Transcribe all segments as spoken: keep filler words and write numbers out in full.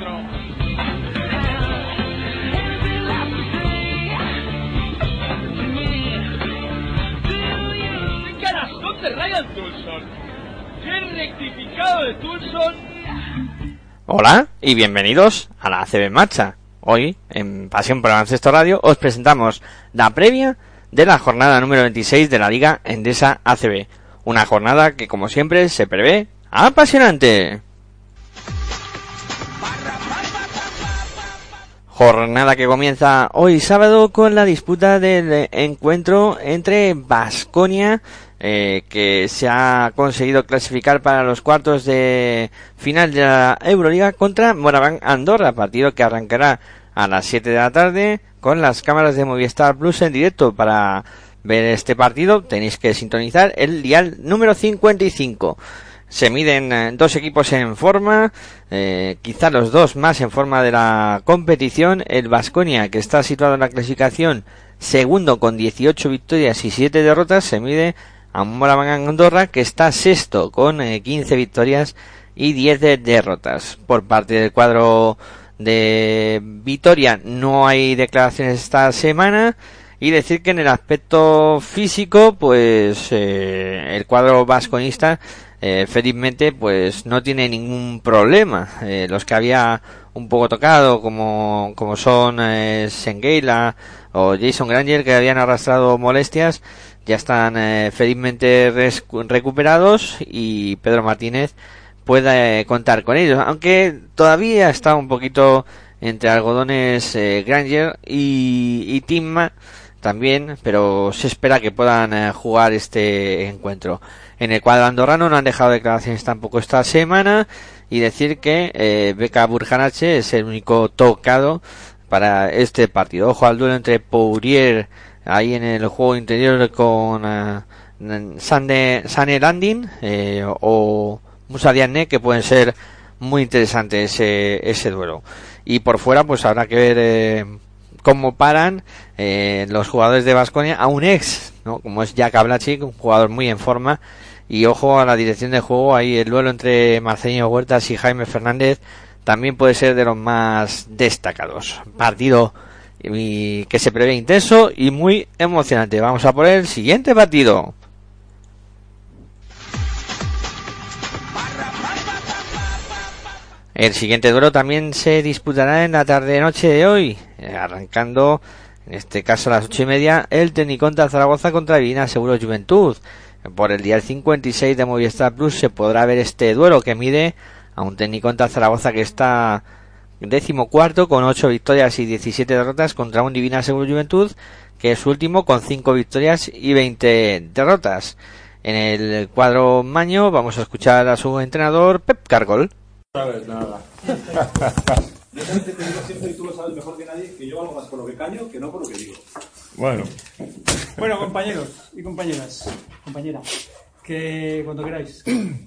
dentro. ¿Qué canastón de Ryan Tulson? ¡Qué rectificado de Tulson! Hola y bienvenidos a la A C B en marcha. Hoy, en Pasión por el Baloncesto Radio, os presentamos la previa de la jornada número veintiséis de la Liga Endesa A C B. Una jornada que, como siempre, se prevé apasionante. Jornada que comienza hoy sábado con la disputa del encuentro entre Baskonia, eh, que se ha conseguido clasificar para los cuartos de final de la Euroliga, contra Moraván Andorra, partido que arrancará a las siete de la tarde con las cámaras de Movistar Plus en directo. Para ver este partido tenéis que sintonizar el dial número cincuenta y cinco. Se miden eh, dos equipos en forma, eh, quizá los dos más en forma de la competición. El Baskonia, que está situado en la clasificación segundo con dieciocho victorias y siete derrotas, se mide a un Moraván Andorra, que está sexto con eh, quince victorias y diez de derrotas. Por parte del cuadro de Vitoria no hay declaraciones esta semana, y decir que en el aspecto físico, pues eh, el cuadro vasconista Eh, felizmente pues no tiene ningún problema. Eh, los que había un poco tocado, como como son eh, Sengeila o Jason Granger, que habían arrastrado molestias, ya están eh, felizmente res- recuperados, y Pedro Martínez puede eh, contar con ellos, aunque todavía está un poquito entre algodones eh, Granger y, y Timma también, pero se espera que puedan eh, jugar este encuentro. En el cuadro andorrano no han dejado declaraciones tampoco esta semana, y decir que eh, Beka Burjanache es el único tocado para este partido. Ojo al duelo entre Pourier ahí en el juego interior con uh, Sane, Sane Landin eh, o Musa Diagne, que pueden ser muy interesantes ese, ese duelo. Y por fuera pues habrá que ver eh, cómo paran eh, los jugadores de Baskonia a un ex, ¿no? Como es Jack Ablachik, un jugador muy en forma. Y ojo a la dirección de juego, ahí el duelo entre Marceño Huertas y Jaime Fernández también puede ser de los más destacados. Partido y que se prevé intenso y muy emocionante. Vamos a por el siguiente partido. El siguiente duelo también se disputará en la tarde-noche de hoy, eh, arrancando, en este caso a las ocho y media, el Tecniconta Zaragoza contra Divina Seguro Juventud. Por el dial cincuenta y seis de Movistar Plus se podrá ver este duelo, que mide a un Tecniconta Zaragoza que está décimo cuarto con ocho victorias y diecisiete derrotas, contra un Divina Seguro Juventud que es último con cinco victorias y veinte derrotas. En el cuadro maño vamos a escuchar a su entrenador, Pep Cargol. Sabes nada. Yo también te digo siempre, y tú lo sabes mejor que nadie, que yo valgo más por lo que callo que no por lo que digo. Bueno. Bueno, compañeros y compañeras, compañera, que cuando queráis.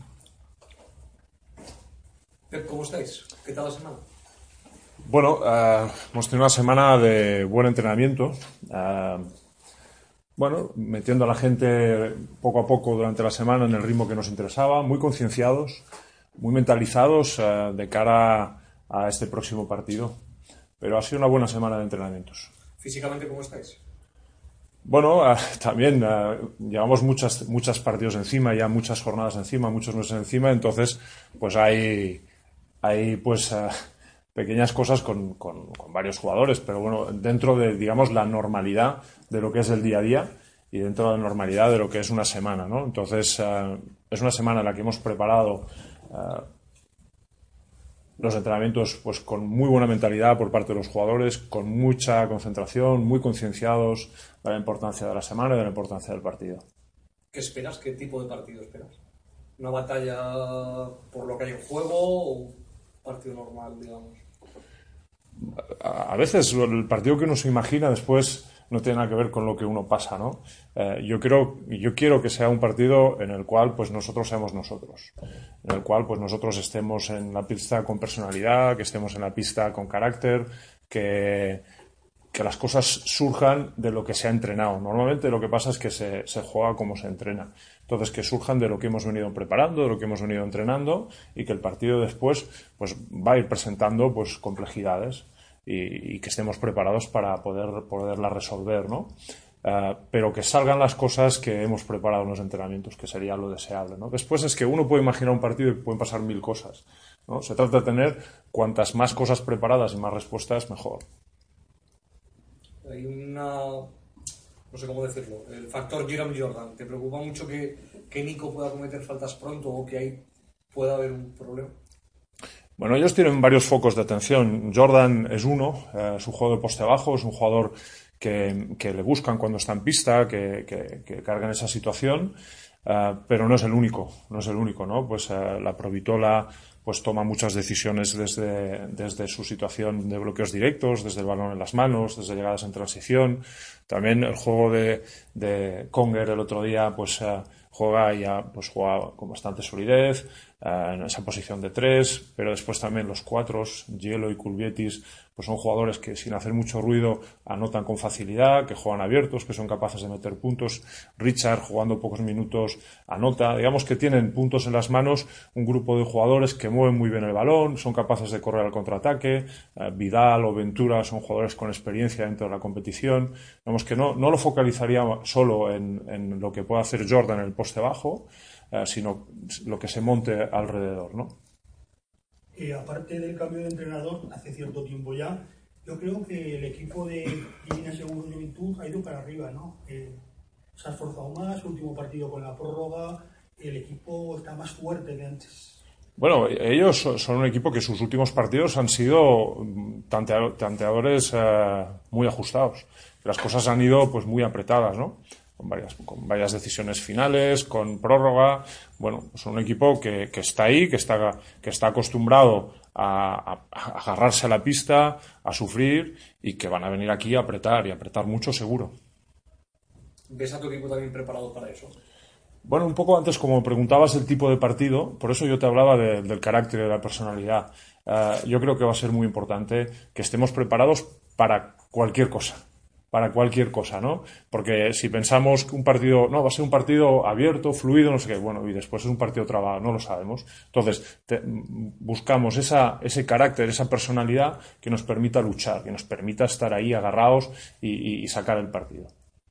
¿Cómo estáis? ¿Qué tal la semana? Bueno, uh, hemos tenido una semana de buen entrenamiento. Uh, bueno, metiendo a la gente poco a poco durante la semana en el ritmo que nos interesaba, muy concienciados, muy mentalizados uh, de cara a este próximo partido. Pero ha sido una buena semana de entrenamientos. ¿Físicamente cómo estáis? Bueno, uh, también uh, llevamos muchas, muchas partidos encima, ya muchas jornadas encima, muchos meses encima, entonces pues hay, hay pues uh, pequeñas cosas con, con, con varios jugadores, pero bueno, dentro de, digamos, la normalidad de lo que es el día a día y dentro de la normalidad de lo que es una semana, ¿no? Entonces uh, es una semana en la que hemos preparado uh, los entrenamientos pues con muy buena mentalidad por parte de los jugadores, con mucha concentración, muy concienciados de la importancia de la semana y de la importancia del partido. ¿Qué esperas? ¿Qué tipo de partido esperas? ¿Una batalla por lo que hay en juego o un partido normal, digamos? A, a veces el partido que uno se imagina después no tiene nada que ver con lo que uno pasa, ¿no? Eh, yo creo, yo quiero que sea un partido en el cual pues nosotros seamos nosotros, en el cual pues nosotros estemos en la pista con personalidad, que estemos en la pista con carácter, que que las cosas surjan de lo que se ha entrenado. Normalmente lo que pasa es que se, se juega como se entrena. Entonces, que surjan de lo que hemos venido preparando, de lo que hemos venido entrenando, y que el partido después pues va a ir presentando pues complejidades y, y que estemos preparados para poder poderlas resolver, ¿no? Uh, pero que salgan las cosas que hemos preparado en los entrenamientos, que sería lo deseable, ¿no? Después es que uno puede imaginar un partido y pueden pasar mil cosas, ¿no? Se trata de tener cuantas más cosas preparadas y más respuestas, mejor. Hay una... no sé cómo decirlo, el factor Jerome Jordan. ¿Te preocupa mucho que, que Nico pueda cometer faltas pronto o que ahí pueda haber un problema? Bueno, ellos tienen varios focos de atención. Jordan es uno, eh, su juego de poste bajo, es un jugador que, que le buscan cuando está en pista, que, que, que cargan esa situación, uh, pero no es el único, no es el único, ¿no? Pues uh, la Provitola pues toma muchas decisiones desde, desde su situación de bloqueos directos, desde el balón en las manos, desde llegadas en transición. También el juego de, de Conger el otro día, pues uh, juega ya, pues juega con bastante solidez, uh, en esa posición de tres, pero después también los cuatros, Gielo y Kulvietis, pues son jugadores que sin hacer mucho ruido anotan con facilidad, que juegan abiertos, que son capaces de meter puntos. Richard, jugando pocos minutos, anota. Digamos que tienen puntos en las manos, un grupo de jugadores que mueven muy bien el balón, son capaces de correr al contraataque. Eh, Vidal o Ventura son jugadores con experiencia dentro de la competición. Digamos que no, no lo focalizaría solo en, en lo que puede hacer Jordan en el poste bajo, eh, sino lo que se monte alrededor, ¿no? Eh, aparte del cambio de entrenador, hace cierto tiempo ya, yo creo que el equipo de Divina Seguros Juventud ha ido para arriba, ¿no? Eh, se ha esforzado más, último partido con la prórroga, el equipo está más fuerte que antes. Bueno, ellos son un equipo que sus últimos partidos han sido tanteadores eh, muy ajustados. Las cosas han ido pues muy apretadas, ¿no? Con varias, con varias decisiones finales, con prórroga. Bueno, son un equipo que, que está ahí, que está, que está acostumbrado a, a, a agarrarse a la pista, a sufrir, y que van a venir aquí a apretar, y a apretar mucho seguro. ¿Ves a tu equipo también preparado para eso? Bueno, un poco antes, como preguntabas el tipo de partido, por eso yo te hablaba de, del carácter y de la personalidad. Uh, yo creo que va a ser muy importante que estemos preparados para cualquier cosa. Para cualquier cosa, ¿no? Porque si pensamos que un partido, no, va a ser un partido abierto, fluido, no sé qué, bueno, y después es un partido trabado, no lo sabemos. Entonces, te, buscamos esa, ese carácter, esa personalidad que nos permita luchar, que nos permita estar ahí agarrados y, y, y sacar el partido.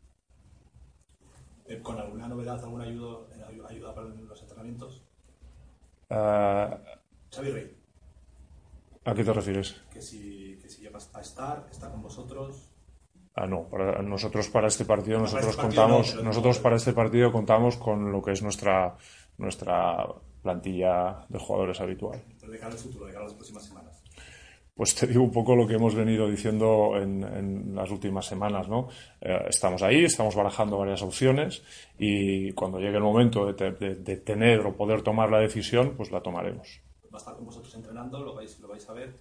¿Con alguna novedad, alguna ayuda, ayuda para los entrenamientos? Uh, Xavi Rey. ¿A qué te refieres? Que si, que si ya va a estar, que está con vosotros. Ah, no, para nosotros para este partido no, nosotros para este partido contamos, no, nosotros no, para este partido contamos con lo que es nuestra nuestra plantilla de jugadores habitual. Entonces, de cara al futuro, de cara a las próximas semanas. Pues te digo un poco lo que hemos venido diciendo en, en las últimas semanas, ¿no? Eh, estamos ahí, estamos barajando varias opciones y cuando llegue el momento de, te, de, de tener o poder tomar la decisión, pues la tomaremos. ¿Va a estar con vosotros entrenando? ¿Lo vais, lo vais a ver?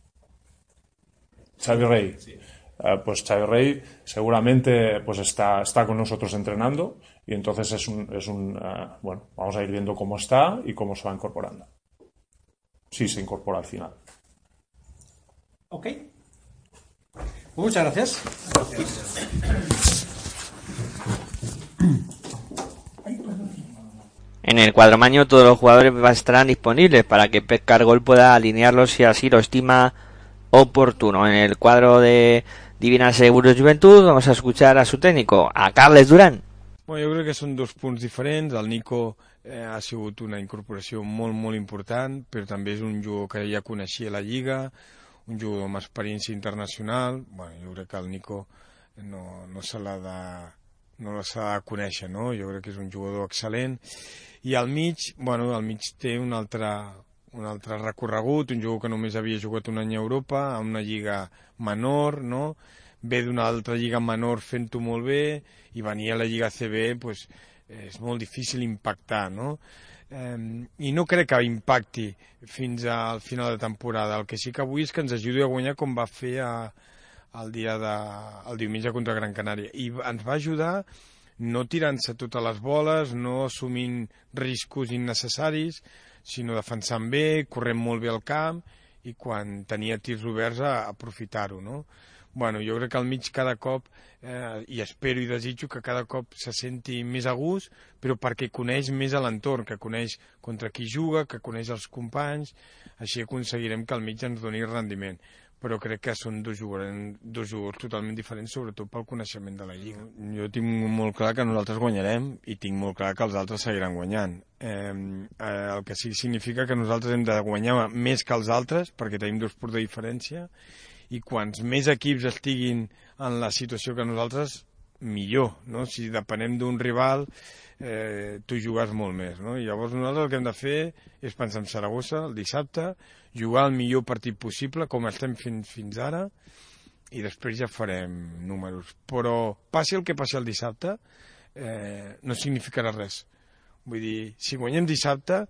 Xavi Rey. Sí. Uh, pues Xavi Rey seguramente pues está, está con nosotros entrenando y entonces es un, es un uh, bueno, vamos a ir viendo cómo está y cómo se va incorporando. Sí, se incorpora al final. Ok. Muchas gracias. Gracias. En el cuadromaño todos los jugadores estarán disponibles para que Pep Cargol pueda alinearlos si así lo estima oportuno. En el cuadro de Divina Seguros Juventud vamos a escuchar a su técnico, a Carles Duran. Bueno, jo crec que són dos punts diferents. El Nico eh, ha sigut una incorporació molt, molt important, però també és un jugador que ja coneixia la Lliga, un jugador amb experiència internacional. Bueno, jo crec que el Nico no, no se l'ha de, no s'ha de conèixer, no? Jo crec que és un jugador excel·lent. I al mig, bueno, al mig té un altre, un altre recorregut, un jugador que només havia jugat un any a Europa, a una lliga menor, no? Ve d'una altra lliga menor fent-ho molt bé, i venir a la Lliga A C B pues, és molt difícil impactar, no? Eh, I no crec que impacti fins al final de temporada. El que sí que vull és que ens ajudi a guanyar com va fer a, el, dia de, el diumenge contra Gran Canària. I ens va ajudar no tirant-se totes les boles, no assumint riscos innecessaris, sinó defensant bé, corrent molt bé al camp i quan tenia tirs oberts a aprofitar-ho, no? bueno, jo crec que al mig cada cop, eh, i espero i desitjo que cada cop se senti més a gust, però perquè coneix més a l'entorn, que coneix contra qui juga, que coneix els companys, així aconseguirem que al mig ens doni rendiment. Però crec que són dos jugadors, dos jugadors totalment diferents, sobretot pel coneixement de la Lliga. Jo tinc molt clar que nosaltres guanyarem i tinc molt clar que els altres seguiran guanyant. Eh, eh, el que sí significa que nosaltres hem de guanyar més que els altres, perquè tenim dos punts de diferència, i quants més equips estiguin en la situació que nosaltres, millor, no? Si depenem d'un rival, eh, tu jugues molt més, no? I llavors nosaltres el que hem de fer és pensar en Saragossa el dissabte, jugar el millor partit possible, com estem fins, fins ara, i després ja farem números. Però passi el que passi el dissabte, eh, no significarà res. Vull dir, si guanyem dissabte,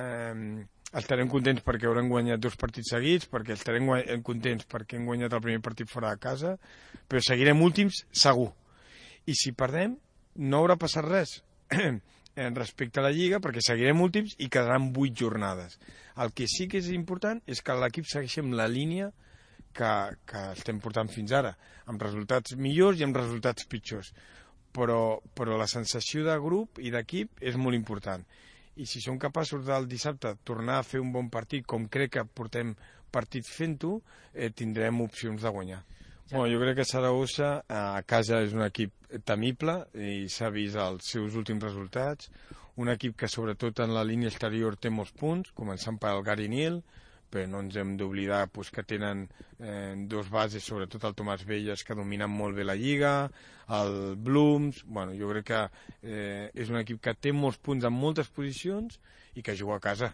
eh, estarem contents perquè haurem guanyat dos partits seguits, perquè estarem contents perquè hem guanyat el primer partit fora de casa, però seguirem últims segur. I si perdem, no haurà passat res respecte a la Lliga, perquè seguirem últims i quedaran vuit jornades. El que sí que és important és que l'equip segueixi amb la línia que, que estem portant fins ara, amb resultats millors i amb resultats pitjors. Però, però la sensació de grup i d'equip és molt important. I si som capaços del dissabte tornar a fer un bon partit, com crec que portem partit fent-ho, eh, tindrem opcions de guanyar. Ja. Bueno, jo crec que Saragossa a casa és un equip temible i s'ha vist els seus últims resultats. Un equip que sobretot en la línia exterior té molts punts, començant per el Gary Neal, però no ens hem d'oblidar pues, que tenen eh, dos bases, sobretot el Tomàs Belles, que dominen molt bé la Lliga, el Blooms. Bueno, jo crec que eh, és un equip que té molts punts en moltes posicions i que juga a casa.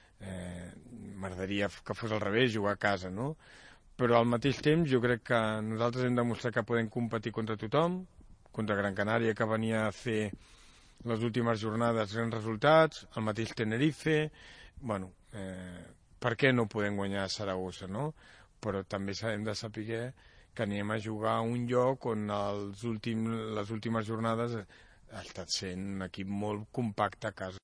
Eh, M'agradaria que fos al revés, jugar a casa, no? Però al mateix temps jo crec que nosaltres hem demostrat que podem competir contra tothom, contra Gran Canària, que venia a fer les últimes jornades grans resultats, el mateix Tenerife. Bueno, eh, per què no podem guanyar a Saragossa, no? Però també hem de saber que anem a jugar a un lloc on els últim, les últimes jornades ha estat sent un equip molt compacte a casa.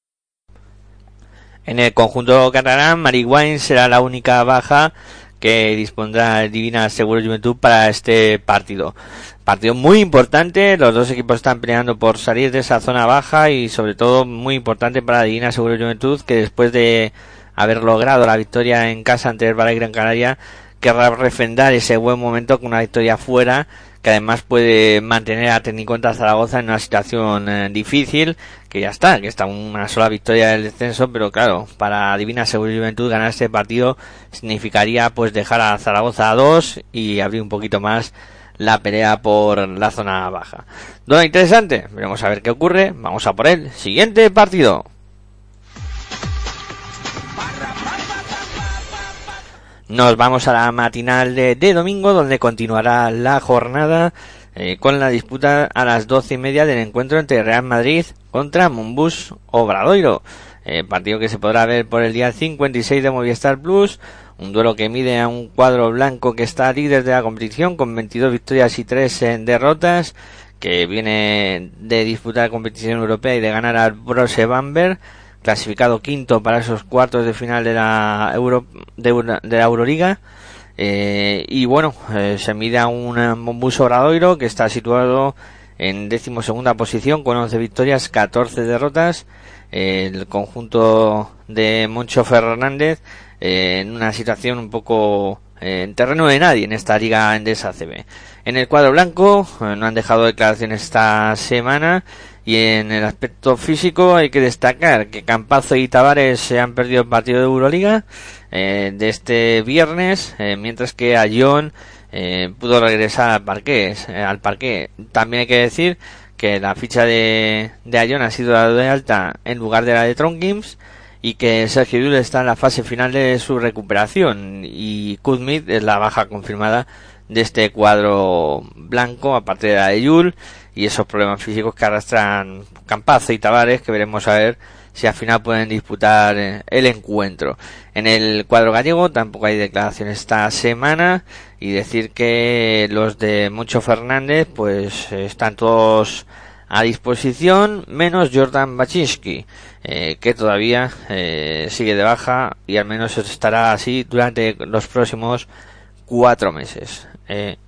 En el conjunto catalán, Mari Wine será la única baja que dispondrá Divina Seguro Juventud para este partido. Partido muy importante, los dos equipos están peleando por salir de esa zona baja y sobre todo muy importante para Divina Seguro Juventud, que después de haber logrado la victoria en casa ante el Valle Gran Canaria, querrá refrendar ese buen momento con una victoria fuera, que además puede mantener a Tecniconta Zaragoza en una situación eh, difícil, que ya está, que está una sola victoria del descenso, pero claro, para Divina Seguro Juventud ganar este partido significaría pues dejar a Zaragoza a dos y abrir un poquito más la pelea por la zona baja. Duda interesante, veremos a ver qué ocurre, vamos a por el siguiente partido. Nos vamos a la matinal de, de domingo, donde continuará la jornada eh, con la disputa a las doce y media del encuentro entre Real Madrid contra Monbus Obradoiro. Eh, partido que se podrá ver por el día cincuenta y seis de Movistar Plus. Un duelo que mide a un cuadro blanco que está líder de la competición con veintidós victorias y tres eh, derrotas, que viene de disputar competición europea y de ganar al Brose Bamberg, clasificado quinto para esos cuartos de final de la Euro, de, de la Euroliga. Eh, y bueno, eh, se mide a un Monbus Obradoiro que está situado en decimosegunda posición con once victorias, catorce derrotas. Eh, el conjunto de Moncho Fernández eh, en una situación un poco eh, en terreno de nadie en esta Liga Endesa A C B. En el cuadro blanco eh, no han dejado declaraciones esta semana. Y en el aspecto físico hay que destacar que Campazo y Tavares se han perdido el partido de Euroliga eh, de este viernes, eh, mientras que Ayón eh, pudo regresar al parqué, eh, al parqué. También hay que decir que la ficha de, de Ayón ha sido dada de alta en lugar de la de Tronkims y que Sergio Llull está en la fase final de su recuperación y Kuzmit es la baja confirmada de este cuadro blanco, aparte de la de Llull y esos problemas físicos que arrastran Campazo y Tavares, que veremos a ver si al final pueden disputar el encuentro. En el cuadro gallego tampoco hay declaraciones esta semana y decir que los de Moncho Fernández pues están todos a disposición, menos Jordan Baczynski, eh, que todavía eh, sigue de baja y al menos estará así durante los próximos cuatro meses. Eh,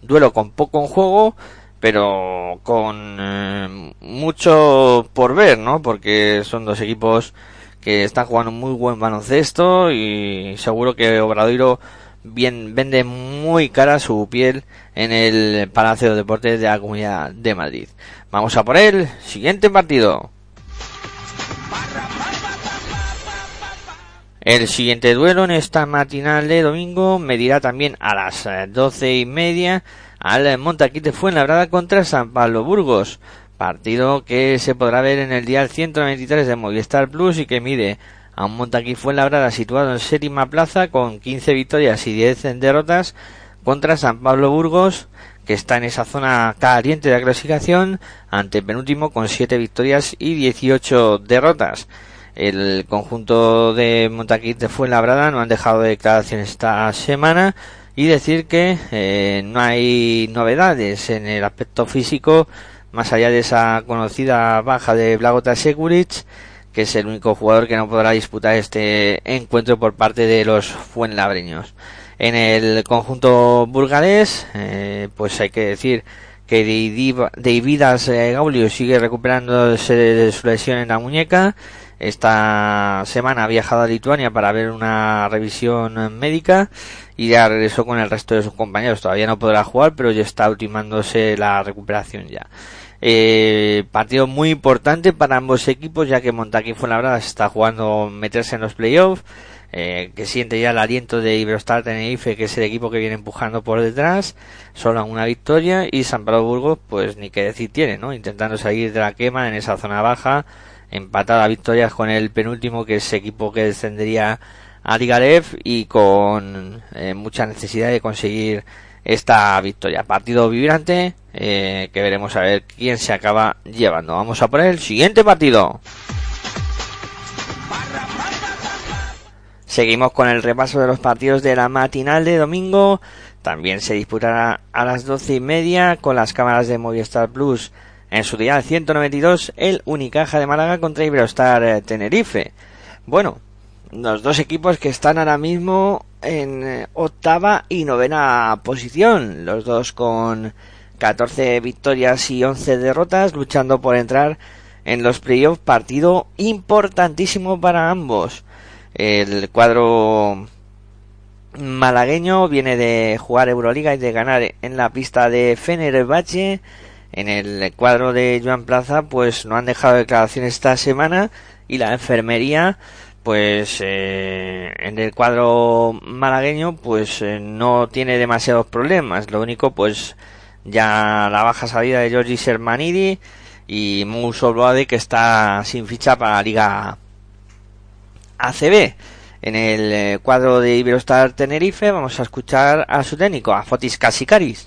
duelo con poco en juego, pero con eh, mucho por ver, ¿no? Porque son dos equipos que están jugando muy buen baloncesto y seguro que Obradoiro bien vende muy cara su piel en el Palacio de Deportes de la Comunidad de Madrid. Vamos a por el siguiente partido. El siguiente duelo en esta matinal de domingo medirá también a las doce y media al Montaquit de Fuenlabrada contra San Pablo Burgos, partido que se podrá ver en el dial ciento veintitrés de Movistar Plus y que mide a un Montaquit Fuenlabrada situado en séptima plaza con quince victorias y diez derrotas contra San Pablo Burgos, que está en esa zona caliente de la clasificación, ante penúltimo con siete victorias y dieciocho derrotas. El conjunto de Montaquit de Fuenlabrada no han dejado de declaraciones esta semana y decir que eh, no hay novedades en el aspecto físico más allá de esa conocida baja de Blagota Sekuric, que es el único jugador que no podrá disputar este encuentro por parte de los fuenlabreños. En el conjunto burgalés, eh, pues hay que decir que Deividas eh, Gaulio sigue recuperándose de su lesión en la muñeca. Esta semana ha viajado a Lituania para ver una revisión médica y ya regresó con el resto de sus compañeros. Todavía no podrá jugar, pero ya está ultimándose la recuperación ya. Eh, partido muy importante para ambos equipos, ya que Montaquit Fuenlabrada se está jugando meterse en los playoffs, eh, que siente ya el aliento de Iberostar Tenerife, que es el equipo que viene empujando por detrás, solo una victoria, y San Pablo Burgos, pues ni qué decir tiene, ¿no? Intentando salir de la quema en esa zona baja, empatada a victorias con el penúltimo, que es equipo que descendería a Liga Lef, y con eh, mucha necesidad de conseguir esta victoria. Partido vibrante, eh, que veremos a ver quién se acaba llevando. Vamos a por el siguiente partido. Seguimos con el repaso de los partidos de la matinal de domingo. También se disputará a las doce y media con las cámaras de Movistar Plus en su dial ciento noventa y dos el Unicaja de Málaga contra Iberostar Tenerife. Bueno, los dos equipos que están ahora mismo en octava y novena posición, los dos con catorce victorias y once derrotas, luchando por entrar en los playoffs. Partido importantísimo para ambos. El cuadro malagueño viene de jugar Euroliga y de ganar en la pista de Fenerbahce. En el cuadro de Joan Plaza pues no han dejado declaraciones esta semana, y la enfermería pues eh, en el cuadro malagueño pues eh, no tiene demasiados problemas. Lo único pues ya la baja salida de Giorgi Sermanidi y Moussa Bloade, que está sin ficha para la Liga A C B. En el eh, cuadro de Iberostar Tenerife vamos a escuchar a su técnico, a Fotis Kasikaris.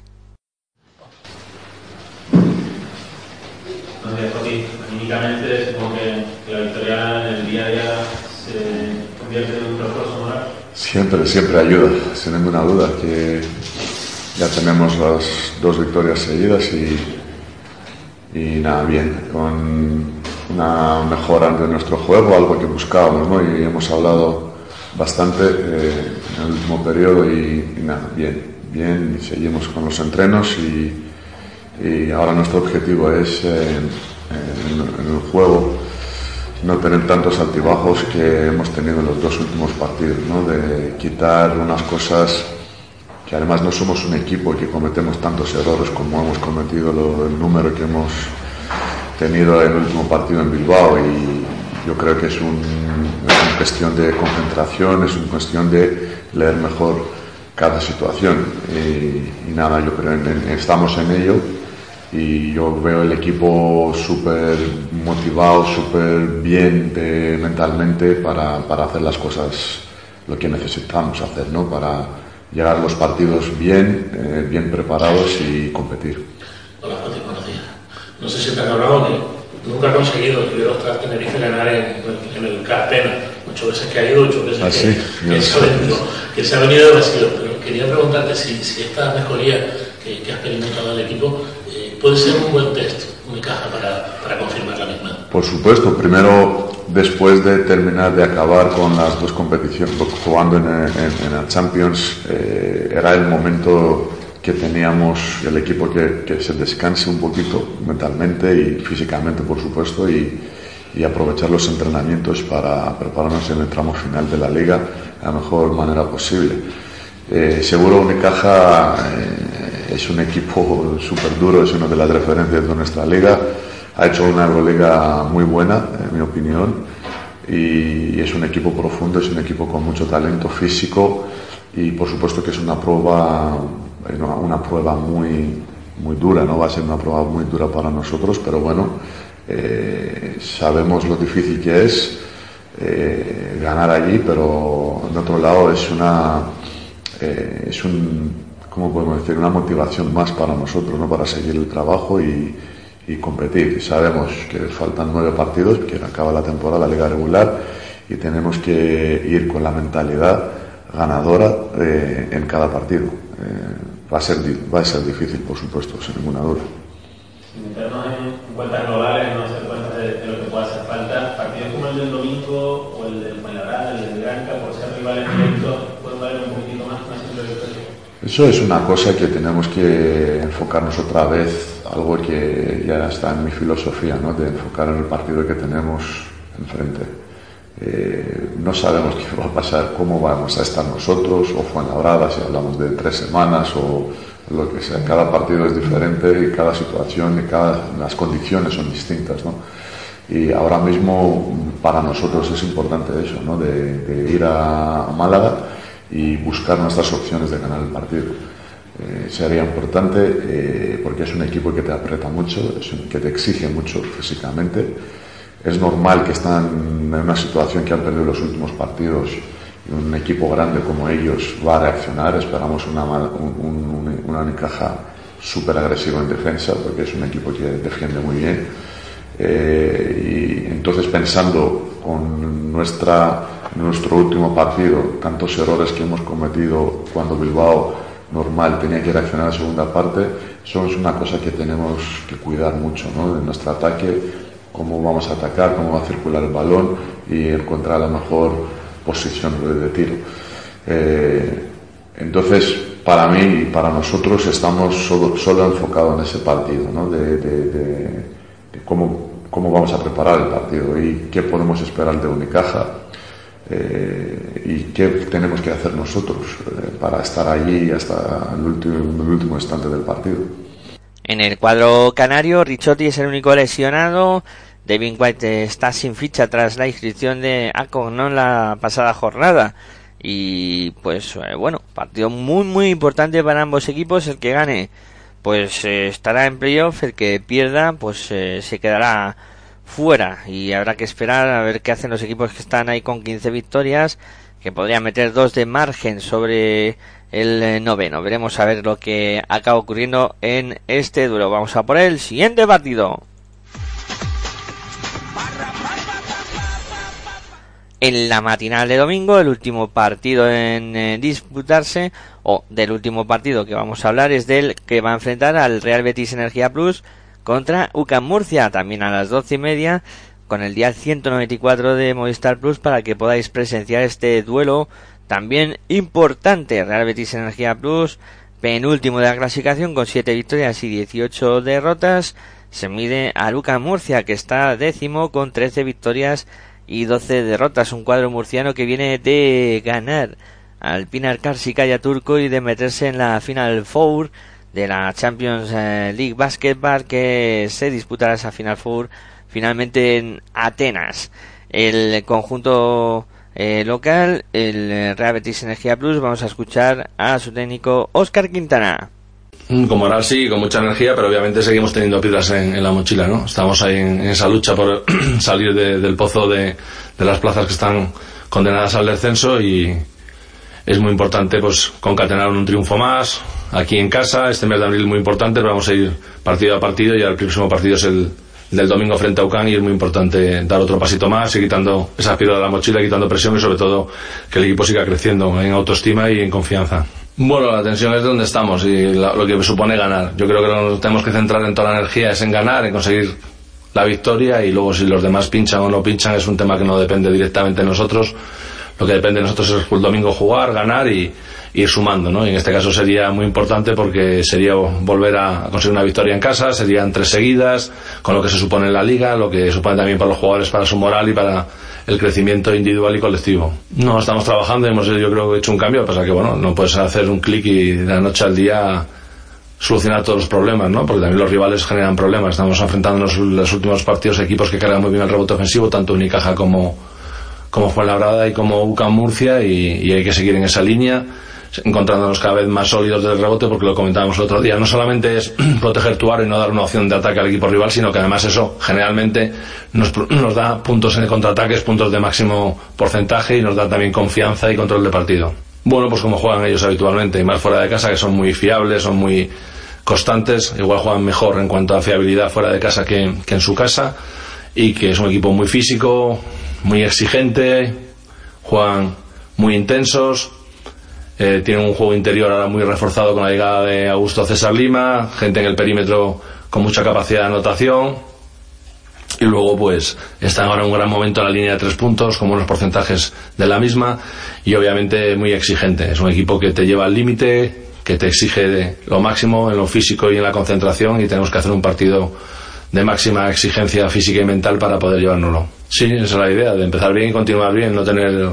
Entonces, Fotis, anímicamente supongo que, que la victoria en el día a día se convierte en un refuerzo moral. Siempre, siempre ayuda, sin ninguna duda, que ya tenemos las dos victorias seguidas y, y nada, bien, con una mejora de nuestro juego, algo que buscábamos, ¿no? Y hemos hablado bastante eh, en el último periodo y, y nada, bien, bien, y seguimos con los entrenos y, y ahora nuestro objetivo es eh, en, en el juego no tener tantos altibajos que hemos tenido en los dos últimos partidos, ¿no? De quitar unas cosas que además no somos un equipo que cometemos tantos errores como hemos cometido lo, el número que hemos tenido en el último partido en Bilbao, y yo creo que es, un, es una cuestión de concentración, es una cuestión de leer mejor cada situación y, y nada, yo creo en, en, estamos en ello y yo veo el equipo súper motivado, súper bien de, mentalmente para, para hacer las cosas lo que necesitamos hacer, ¿no? Para llegar a los partidos bien, eh, bien preparados y competir. Hola, Fati, buenos días. No sé si te han hablado que nunca ha conseguido que Iberostar Tenerife ganar en, en el Carpena. Ocho veces que ha ido, ocho veces ¿Ah, que, sí? que, se ha venido, que se ha venido de Brasil. Pero quería preguntarte si, si esta mejoría que, que ha experimentado el equipo eh, puede ser un buen test, una caja para, para confirmar la misma. Por supuesto, primero, después de terminar de acabar con las dos competiciones, jugando en, en, en la Champions, eh, era el momento que teníamos el equipo que, que se descanse un poquito mentalmente y físicamente, por supuesto, y, y aprovechar los entrenamientos para prepararnos en el tramo final de la liga de la mejor manera posible. Eh, seguro Unicaja eh, es un equipo súper duro, es una de las referencias de nuestra liga, ha hecho una Euroliga muy buena, en mi opinión, y es un equipo profundo, es un equipo con mucho talento físico y por supuesto que es una prueba, una, una prueba muy, muy dura, ¿no? Va a ser una prueba muy dura para nosotros, pero bueno, eh, sabemos lo difícil que es eh, ganar allí, pero de otro lado es una eh, es un, ¿cómo podemos decir? Una motivación más para nosotros, ¿no? Para seguir el trabajo y, y competir. Sabemos que faltan nueve partidos, que acaba la temporada, la liga regular, y tenemos que ir con la mentalidad ganadora eh, en cada partido. Eh, va a ser va a ser difícil, por supuesto, sin ninguna duda. Sin meternos en cuentas globales, no hacer cuentas de, de lo que pueda hacer falta, partidos como el del domingo o el del Fuenlabrada, el del Granca, por ser rivales directos, pueden valer un poquitito más una simple victoria. Eso es una cosa que tenemos que enfocarnos otra vez, algo que ya está en mi filosofía, ¿no? De enfocar en el partido que tenemos enfrente. Eh, no sabemos qué va a pasar, cómo vamos a estar nosotros, o Fuenlabrada, si hablamos de tres semanas, o lo que sea. Cada partido es diferente y cada situación y cada, las condiciones son distintas, ¿no? Y ahora mismo para nosotros es importante eso, ¿no? De, de ir a, a Málaga y buscar nuestras opciones de ganar el partido. Eh, sería importante eh, porque es un equipo que te aprieta mucho, es un, que te exige mucho físicamente. Es normal que están en una situación que han perdido los últimos partidos y un equipo grande como ellos va a reaccionar. Esperamos una, un, un, una Unicaja súper agresiva en defensa porque es un equipo que defiende muy bien. Eh, y entonces pensando con nuestra, nuestro último partido, tantos errores que hemos cometido cuando Bilbao normal tenía que reaccionar a la segunda parte, eso es una cosa que tenemos que cuidar mucho, ¿no? De nuestro ataque, cómo vamos a atacar, cómo va a circular el balón y encontrar la mejor posición de tiro. Eh, entonces, para mí y para nosotros estamos solo, solo enfocados en ese partido, ¿no? De, de, de, de cómo, cómo vamos a preparar el partido y qué podemos esperar de Unicaja eh, y qué tenemos que hacer nosotros eh, para estar allí hasta el último, el último instante del partido. En el cuadro canario, Ricciotti es el único lesionado. Devin White está sin ficha tras la inscripción de Acognon la pasada jornada. Y pues eh, bueno, partido muy muy importante para ambos equipos. El que gane pues eh, estará en playoff, el que pierda pues eh, se quedará fuera. Y habrá que esperar a ver qué hacen los equipos que están ahí con quince victorias, que podrían meter dos de margen sobre el noveno. Veremos a ver lo que acaba ocurriendo en este duelo. Vamos a por el siguiente partido. En la matinal de domingo, el último partido en eh, disputarse, o del último partido que vamos a hablar, es del que va a enfrentar al Real Betis Energía Plus contra U C A M Murcia, también a las doce y media, con el día ciento noventa y cuatro de Movistar Plus, para que podáis presenciar este duelo también importante. Real Betis Energía Plus, penúltimo de la clasificación con siete victorias y dieciocho derrotas, se mide al U C A M Murcia, que está décimo con trece victorias y doce derrotas. Un cuadro murciano que viene de ganar al Pinar Karşıyaka turco y de meterse en la Final Four de la Champions League Basketball, que se disputará esa Final Four finalmente en Atenas. El conjunto eh, local, el Real Betis Energía Plus, vamos a escuchar a su técnico Óscar Quintana. Con moral sí, con mucha energía, pero obviamente seguimos teniendo piedras en, en la mochila, ¿no? Estamos ahí en, en esa lucha por salir de, del pozo de, de las plazas que están condenadas al descenso, y es muy importante pues concatenar un triunfo más aquí en casa. Este mes de abril es muy importante, pero vamos a ir partido a partido, y el próximo partido es el del domingo frente a U C A M, y es muy importante dar otro pasito más y quitando esa piedra de la mochila, quitando presión, y sobre todo que el equipo siga creciendo en autoestima y en confianza. Bueno, la tensión es de donde estamos y la, lo que supone ganar. Yo creo que nos tenemos que centrar en toda la energía, es en ganar, en conseguir la victoria, y luego si los demás pinchan o no pinchan es un tema que no depende directamente de nosotros. lo que depende de nosotros es el domingo jugar, ganar y ir sumando, ¿no? Y en este caso sería muy importante porque sería volver a conseguir una victoria en casa, serían tres seguidas, con lo que se supone en la liga, lo que supone también para los jugadores, para su moral y para el crecimiento individual y colectivo. No, estamos trabajando y hemos, yo creo, hecho un cambio, lo que pasa es que, bueno, no puedes hacer un clic y de la noche al día solucionar todos los problemas, ¿no? Porque también los rivales generan problemas. Estamos enfrentándonos en los últimos partidos a equipos que cargan muy bien el rebote ofensivo, tanto Unicaja como, como Fuenlabrada y como U C A M Murcia, y, y hay que seguir en esa línea, encontrándonos cada vez más sólidos del rebote, porque lo comentábamos el otro día, no solamente es proteger tu aro y no dar una opción de ataque al equipo rival, sino que además eso generalmente nos, nos da puntos en contraataques, puntos de máximo porcentaje, y nos da también confianza y control de partido. Bueno, pues como juegan ellos habitualmente, y más fuera de casa, que son muy fiables, son muy constantes, igual juegan mejor en cuanto a fiabilidad fuera de casa que, que en su casa, y que es un equipo muy físico, muy exigente, juegan muy intensos. Eh, tienen un juego interior ahora muy reforzado con la llegada de Augusto César Lima, gente en el perímetro con mucha capacidad de anotación, y luego pues están ahora en un gran momento en la línea de tres puntos, con buenos porcentajes de la misma, y obviamente muy exigente. Es un equipo que te lleva al límite, que te exige de lo máximo en lo físico y en la concentración, y tenemos que hacer un partido de máxima exigencia física y mental para poder llevárnoslo. Sí, esa es la idea, de empezar bien y continuar bien, no tener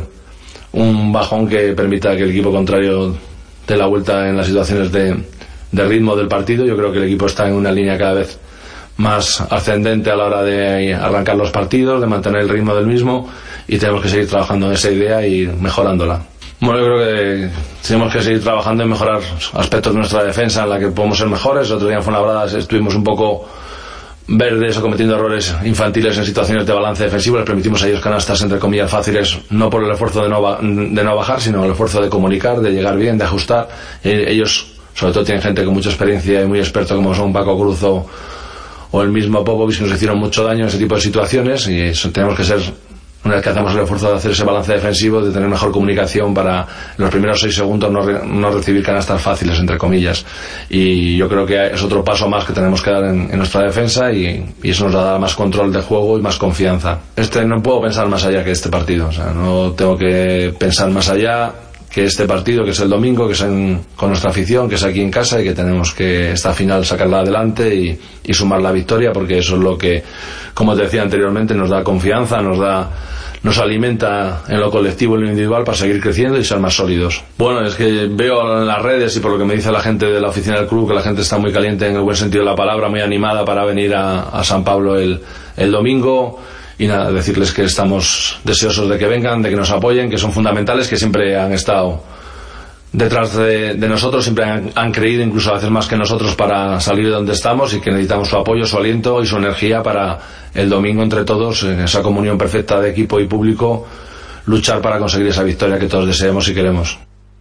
un bajón que permita que el equipo contrario dé la vuelta en las situaciones de, de ritmo del partido. Yo creo que el equipo está en una línea cada vez más ascendente a la hora de arrancar los partidos, de mantener el ritmo del mismo, y tenemos que seguir trabajando en esa idea y mejorándola. Bueno, yo creo que tenemos que seguir trabajando en mejorar aspectos de nuestra defensa en la que podemos ser mejores. El otro día en Fuenlabrada estuvimos un poco verdes o cometiendo errores infantiles en situaciones de balance defensivo. Les permitimos a ellos canastas entre comillas fáciles, no por el esfuerzo de no, de no bajar, sino el esfuerzo de comunicar, de llegar bien, de ajustar. Eh, ellos sobre todo tienen gente con mucha experiencia y muy experto, como son Paco Cruz o, o el mismo Popovic, que nos hicieron mucho daño en ese tipo de situaciones, y eso, tenemos que ser, una vez que hacemos el esfuerzo de hacer ese balance defensivo, de tener mejor comunicación para en los primeros seis segundos no, re, no recibir canastas fáciles, entre comillas. Y yo creo que es otro paso más que tenemos que dar en, en nuestra defensa, y, y eso nos da más control de juego y más confianza. Este no puedo pensar más allá que este partido, o sea, no tengo que pensar más allá que este partido, que es el domingo, que es en, con nuestra afición, que es aquí en casa, y que tenemos que esta final sacarla adelante y, y sumar la victoria, porque eso es lo que, como te decía anteriormente, nos da confianza, nos da, nos alimenta en lo colectivo y en lo individual para seguir creciendo y ser más sólidos. Bueno, es que veo en las redes y por lo que me dice la gente de la oficina del club, que la gente está muy caliente en el buen sentido de la palabra, muy animada para venir a, a San Pablo el, el domingo. Y nada, decirles que estamos deseosos de que vengan, de que nos apoyen, que son fundamentales, que siempre han estado detrás de, de nosotros, siempre han, han creído incluso a veces más que nosotros para salir de donde estamos, y que necesitamos su apoyo, su aliento y su energía para el domingo entre todos, en esa comunión perfecta de equipo y público, luchar para conseguir esa victoria que todos deseamos y queremos.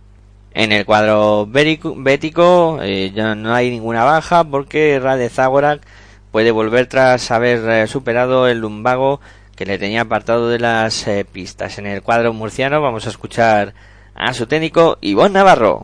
En el cuadro bético eh, ya no hay ninguna baja, porque Rade Zagorak puede volver tras haber eh, superado el lumbago que le tenía apartado de las eh, pistas. En el cuadro murciano vamos a escuchar a su técnico Ivonne Navarro.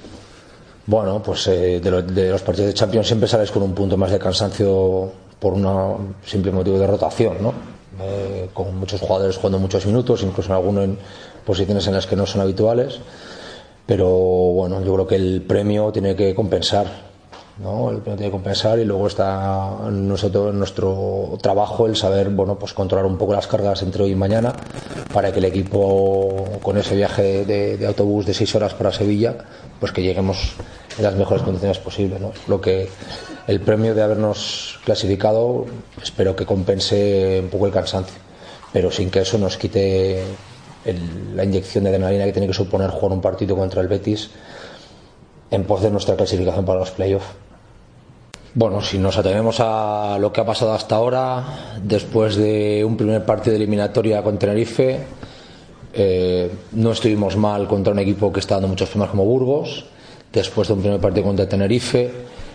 Bueno, pues eh, de, lo, de los partidos de Champions siempre sales con un punto más de cansancio por un simple motivo de rotación, ¿no? Eh, con muchos jugadores jugando muchos minutos, incluso algunos en posiciones en las que no son habituales, pero bueno, yo creo que el premio tiene que compensar, ¿no? El premio tiene que compensar, y luego está nuestro, nuestro trabajo el saber, bueno, pues controlar un poco las cargas entre hoy y mañana, para que el equipo, con ese viaje de, de autobús de seis horas para Sevilla, pues que lleguemos en las mejores condiciones posibles, ¿no? Lo que el premio de habernos clasificado espero que compense un poco el cansancio, pero sin que eso nos quite el, la inyección de adrenalina que tiene que suponer jugar un partido contra el Betis en pos de nuestra clasificación para los playoffs. Bueno, si nos atenemos a lo que ha pasado hasta ahora, después de un primer partido de eliminatoria con Tenerife, eh, no estuvimos mal contra un equipo que está dando muchos problemas como Burgos. Después de un primer partido contra Tenerife,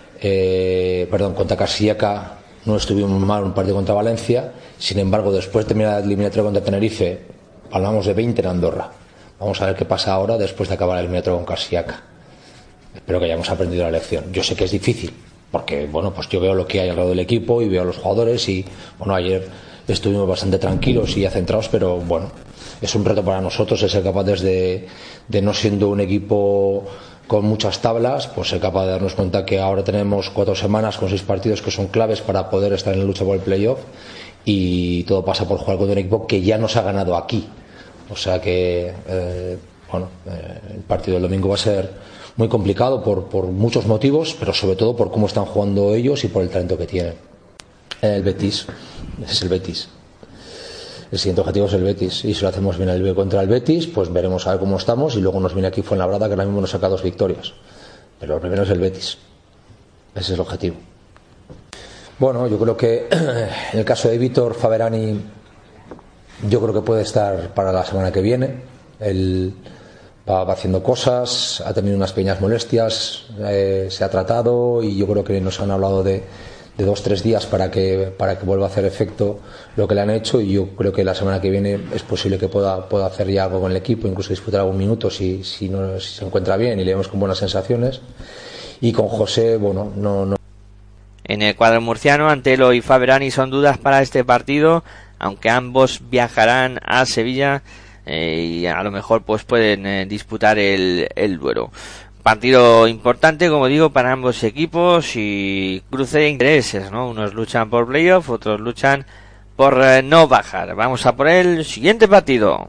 eh, perdón, contra Casillaca, no estuvimos mal un partido contra Valencia. Sin embargo, después de terminar la eliminatoria contra Tenerife, hablamos de veinte en Andorra. Vamos a ver qué pasa ahora después de acabar la eliminatoria con Casillaca. Espero que hayamos aprendido la lección. Yo sé que es difícil, porque bueno, pues yo veo lo que hay alrededor del equipo y veo a los jugadores, y bueno, ayer estuvimos bastante tranquilos y centrados, pero bueno, es un reto para nosotros el ser capaces de, de no siendo un equipo con muchas tablas, pues ser capaz de darnos cuenta que ahora tenemos cuatro semanas con seis partidos que son claves para poder estar en la lucha por el playoff, y todo pasa por jugar con un equipo que ya nos ha ganado aquí. O sea que eh, bueno, eh, el partido del domingo va a ser muy complicado por, por muchos motivos, pero sobre todo por cómo están jugando ellos y por el talento que tienen. El Betis, ese es el Betis. El siguiente objetivo es el Betis, y si lo hacemos bien el contra el Betis, pues veremos a ver cómo estamos, y luego nos viene aquí Fuenlabrada, que ahora mismo nos saca dos victorias. Pero lo primero es el Betis. Ese es el objetivo. Bueno, yo creo que en el caso de Vítor Faberani, yo creo que puede estar para la semana que viene. Él va, va haciendo cosas, ha tenido unas pequeñas molestias, eh, se ha tratado, y yo creo que nos han hablado de, de dos tres días para que para que vuelva a hacer efecto lo que le han hecho, y yo creo que la semana que viene es posible que pueda pueda hacer ya algo con el equipo, incluso disputar algún minuto si si, no, si se encuentra bien y le vemos con buenas sensaciones. Y con José, bueno, no no En el cuadro murciano, Antelo y Faberani son dudas para este partido, aunque ambos viajarán a Sevilla eh, y a lo mejor pues pueden eh, disputar el, el Duero. Partido importante, como digo, para ambos equipos, y cruce de intereses, ¿no? Unos luchan por playoff, otros luchan por eh, no bajar. Vamos a por el siguiente partido.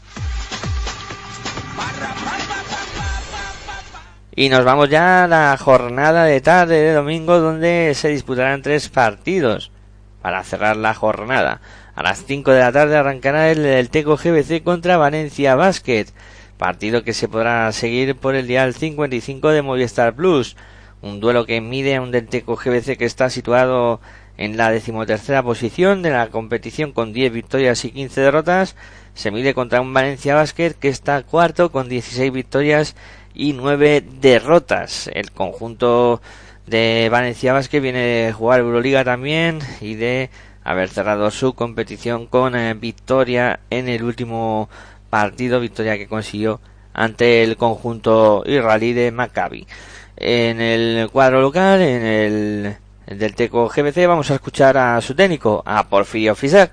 Y nos vamos ya a la jornada de tarde de domingo, donde se disputarán tres partidos para cerrar la jornada. A las cinco de la tarde arrancará el, el Teco G B C contra Valencia Basket, partido que se podrá seguir por el dial cincuenta y cinco de Movistar Plus. Un duelo que mide a un del Teco G B C que está situado en la decimotercera posición de la competición con diez victorias y quince derrotas. Se mide contra un Valencia Basket que está cuarto con dieciséis victorias y nueve derrotas. El conjunto de Valencia Basket viene de jugar Euroliga también y de haber cerrado su competición con eh, victoria en el último partido, victoria que consiguió ante el conjunto israelí de Maccabi. En el cuadro local, en el, el del Teco G B C, vamos a escuchar a su técnico, a Porfirio Fisac.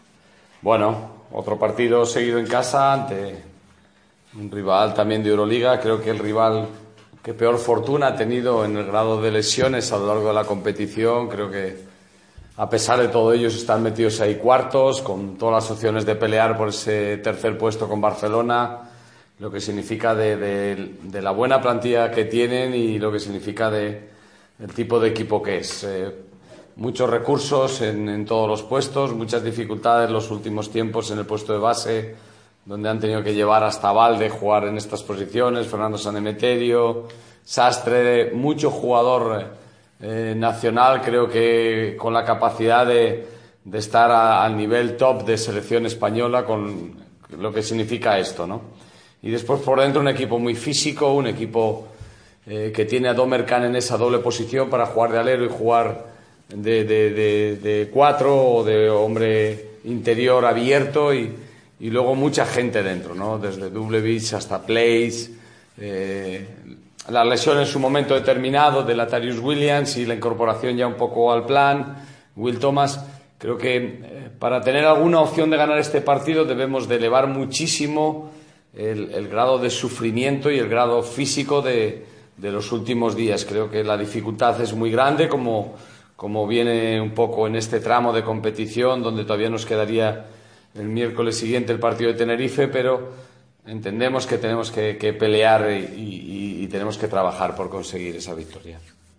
Bueno, otro partido seguido en casa ante un rival también de Euroliga. Creo que el rival que peor fortuna ha tenido en el grado de lesiones a lo largo de la competición. Creo que a pesar de todo ellos están metidos ahí cuartos, con todas las opciones de pelear por ese tercer puesto con Barcelona, lo que significa de, de, de la buena plantilla que tienen y lo que significa de el tipo de equipo que es. Eh, muchos recursos en, en todos los puestos, muchas dificultades en los últimos tiempos en el puesto de base, donde han tenido que llevar hasta Valde jugar en estas posiciones, Fernando Sanemeterio, Sastre, mucho jugador eh, nacional, creo que con la capacidad de, de estar a, al nivel top de selección española, con lo que significa esto, ¿no? Y después por dentro un equipo muy físico, un equipo eh, que tiene a Domer Khan en esa doble posición para jugar de alero y jugar de, de, de, de cuatro o de hombre interior abierto, y Y luego mucha gente dentro, ¿no? Desde Dublevich hasta Place, eh, la lesión en su momento determinado de Latarius Williams y la incorporación ya un poco al plan, Will Thomas. Creo que eh, para tener alguna opción de ganar este partido debemos de elevar muchísimo el, el grado de sufrimiento y el grado físico de, de los últimos días. Creo que la dificultad es muy grande, como, como viene un poco en este tramo de competición, donde todavía nos quedaría el miércoles siguiente el partido de Tenerife, pero entendemos que tenemos que, que pelear y, y, y tenemos que trabajar por conseguir esa victoria.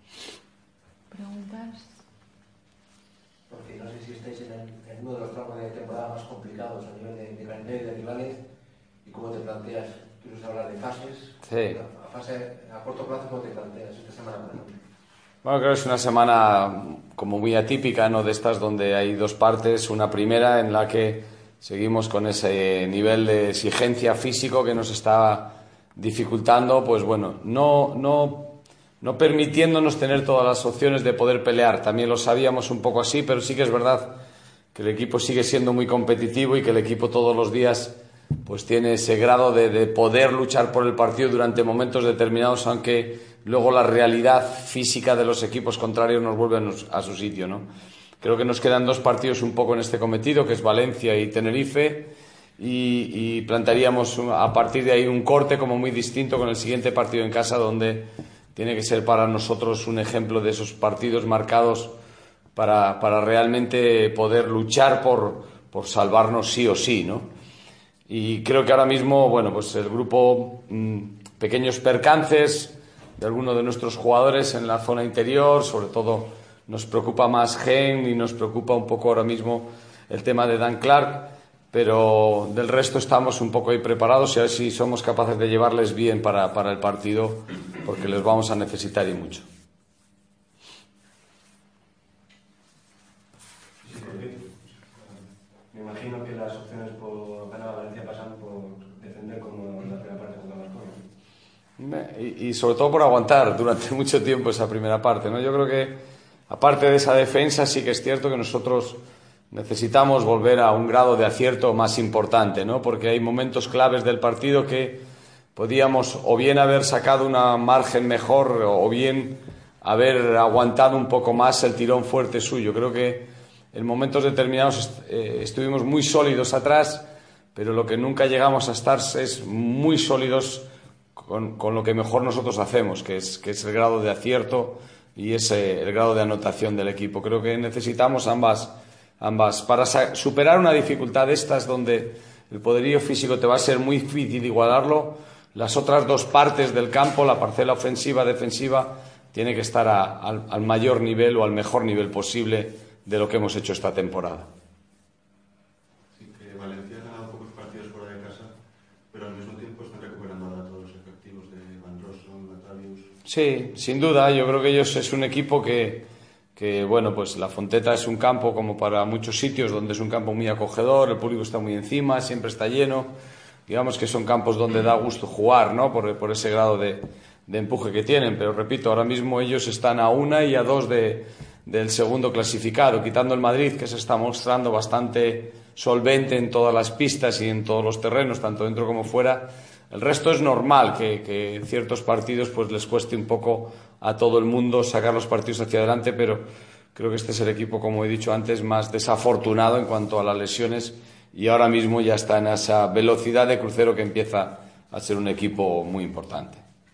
¿Preguntas? Porque no sé si estáis en, el, en uno de los tramos de temporada más complicados a nivel de, de calendario y de rivales, y cómo te planteas, quieres hablar de fases, sí. a, fase, a corto plazo, ¿cómo te planteas esta semana, por ejemplo? Bueno, creo que es una semana como muy atípica, ¿no? De estas donde hay dos partes, una primera en la que seguimos con ese nivel de exigencia físico que nos está dificultando, pues bueno, no, no, no permitiéndonos tener todas las opciones de poder pelear. También lo sabíamos un poco así, pero sí que es verdad que el equipo sigue siendo muy competitivo y que el equipo todos los días pues tiene ese grado de, de poder luchar por el partido durante momentos determinados, aunque luego la realidad física de los equipos contrarios nos vuelve a su sitio, ¿no? Creo que nos quedan dos partidos un poco en este cometido, que es Valencia y Tenerife, y, y plantearíamos a partir de ahí un corte como muy distinto con el siguiente partido en casa, donde tiene que ser para nosotros un ejemplo de esos partidos marcados para, para realmente poder luchar por, por salvarnos sí o sí, ¿no? Y creo que ahora mismo, bueno, pues el grupo, mmm, pequeños percances de algunos de nuestros jugadores en la zona interior, sobre todo nos preocupa más Gen y nos preocupa un poco ahora mismo el tema de Dan Clark, pero del resto estamos un poco ahí preparados y a ver si somos capaces de llevarles bien para, para el partido, porque les vamos a necesitar y mucho. Me imagino que las opciones por ganar a Valencia pasan por defender como en la primera parte contra Baskonia. Y, y sobre todo por aguantar durante mucho tiempo esa primera parte, ¿no? Yo creo que aparte de esa defensa sí que es cierto que nosotros necesitamos volver a un grado de acierto más importante, ¿no? Porque hay momentos claves del partido que podíamos o bien haber sacado una margen mejor o bien haber aguantado un poco más el tirón fuerte suyo. Creo que en momentos determinados eh, estuvimos muy sólidos atrás, pero lo que nunca llegamos a estar es muy sólidos con, con lo que mejor nosotros hacemos, que es, que es el grado de acierto y es eh, el grado de anotación del equipo. Creo que necesitamos ambas, ambas para superar una dificultad de estas donde el poderío físico te va a ser muy difícil igualarlo. Las otras dos partes del campo, la parcela ofensiva, defensiva, tiene que estar a, al, al mayor nivel o al mejor nivel posible de lo que hemos hecho esta temporada. Sí, que Valencia ha ganado pocos partidos fuera de casa, pero al mismo tiempo están recuperando ahora todos los efectivos de Van Rossum, Latavius. Sí, sin duda, yo creo que ellos es un equipo que, que, bueno, pues la Fonteta es un campo como para muchos sitios, donde es un campo muy acogedor, el público está muy encima, siempre está lleno. Digamos que son campos donde da gusto jugar, ¿no? Por, por ese grado de, de empuje que tienen, pero repito, ahora mismo ellos están a una y a dos de, del segundo clasificado, quitando el Madrid, que se está mostrando bastante solvente en todas las pistas y en todos los terrenos, tanto dentro como fuera. El resto es normal que, que en ciertos partidos pues les cueste un poco a todo el mundo sacar los partidos hacia adelante, pero creo que este es el equipo, como he dicho antes, más desafortunado en cuanto a las lesiones, y ahora mismo ya está en esa velocidad de crucero que empieza a ser un equipo muy importante.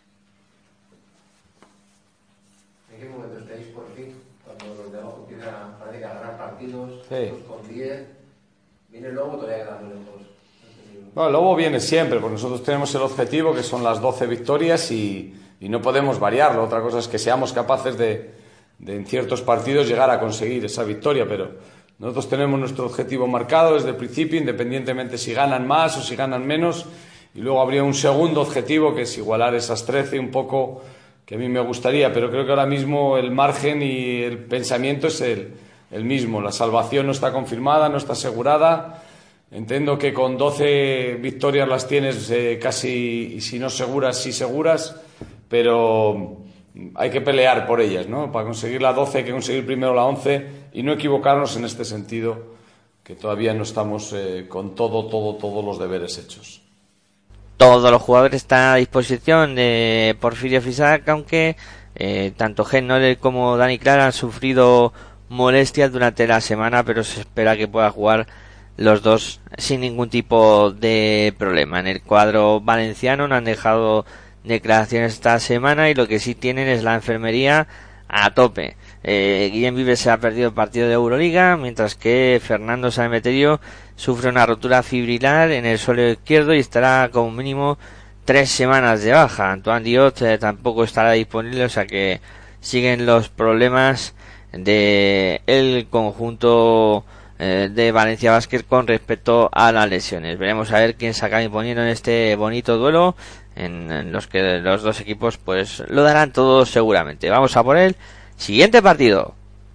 ¿En qué momento estáis por fin? Cuando los de abajo empiezan parece que a ganar partidos, Sí. dos con diez, viene el Lobo, todavía quedan muy lejos. Bueno, el Lobo viene siempre, porque nosotros tenemos el objetivo que son las doce victorias y, y no podemos variarlo. Otra cosa es que seamos capaces de, de en ciertos partidos llegar a conseguir esa victoria, pero nosotros tenemos nuestro objetivo marcado desde el principio, independientemente si ganan más o si ganan menos, y luego habría un segundo objetivo que es igualar esas trece un poco, que a mí me gustaría, pero creo que ahora mismo el margen y el pensamiento es el, el mismo. La salvación no está confirmada, no está asegurada. Entiendo que con doce victorias las tienes eh, casi, y si no seguras, sí seguras, pero hay que pelear por ellas, ¿no? Para conseguir la doce hay que conseguir primero la once y no equivocarnos en este sentido, que todavía no estamos eh, con todo, todo, todos los deberes hechos. Todos los jugadores están a disposición de Porfirio Fisac, aunque eh, tanto Gen Noller como Dani Clark han sufrido molestias durante la semana, pero se espera que pueda jugar los dos sin ningún tipo de problema. En el cuadro valenciano no han dejado declaraciones esta semana y lo que sí tienen es la enfermería a tope. Eh, Guillem Vives se ha perdido el partido de Euroliga, mientras que Fernando Sanemeterio sufre una rotura fibrilar en el suelo izquierdo y estará como mínimo tres semanas de baja. Antoine Diot eh, tampoco estará disponible, o sea que siguen los problemas de el conjunto eh, de Valencia Basket con respecto a las lesiones. Veremos a ver quién se acaba imponiendo en este bonito duelo, en, en los que los dos equipos pues lo darán todo seguramente. Vamos a por el siguiente partido.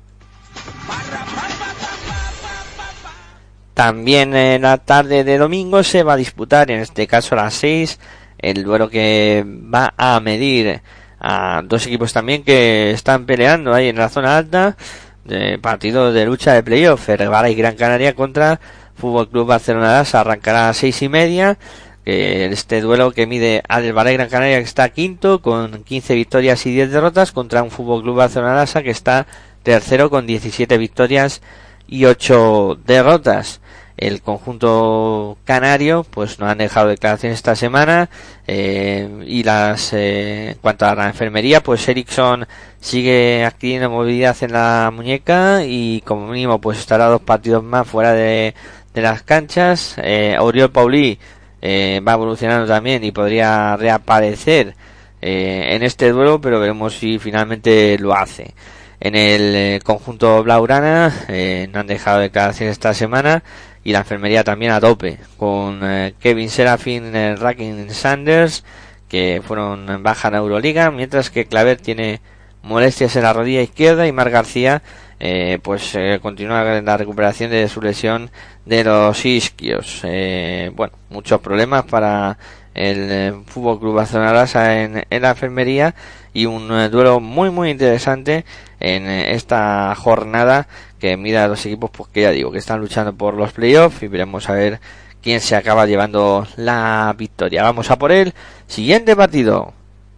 También en la tarde de domingo se va a disputar, en este caso a las seis, el duelo que va a medir a dos equipos también que están peleando ahí en la zona alta, de partido de lucha de playoff. Hervara y Gran Canaria contra Fútbol Club Barcelona Lassa. Arrancará a las seis y media. Que este duelo que mide al Hervara y Gran Canaria, que está quinto con quince victorias y diez derrotas, contra un Fútbol Club Barcelona Lassa que está tercero con diecisiete victorias y ocho derrotas. el conjunto canario pues no han dejado declaraciones esta semana, eh, y las eh, en cuanto a la enfermería, pues Eriksson sigue adquiriendo movilidad en la muñeca y como mínimo pues estará dos partidos más fuera de, de las canchas. eh, Oriol Paulí eh, va evolucionando también y podría reaparecer eh, en este duelo, pero veremos si finalmente lo hace. En el eh, conjunto blaugrana eh, no han dejado declaraciones esta semana y la enfermería también a tope con eh, Kevin Serafin, eh, Rakin Sanders, que fueron en baja en Euroliga, mientras que Claver tiene molestias en la rodilla izquierda y Mar García eh, pues eh, continúa en la recuperación de su lesión de los isquios. Eh, bueno, muchos problemas para el eh, Fútbol Club Barcelona Lassa en, en la enfermería, y un eh, duelo muy muy interesante en eh, esta jornada que mira a los equipos pues que ya digo que están luchando por los playoffs, y veremos a ver quién se acaba llevando la victoria. Vamos a por el siguiente partido.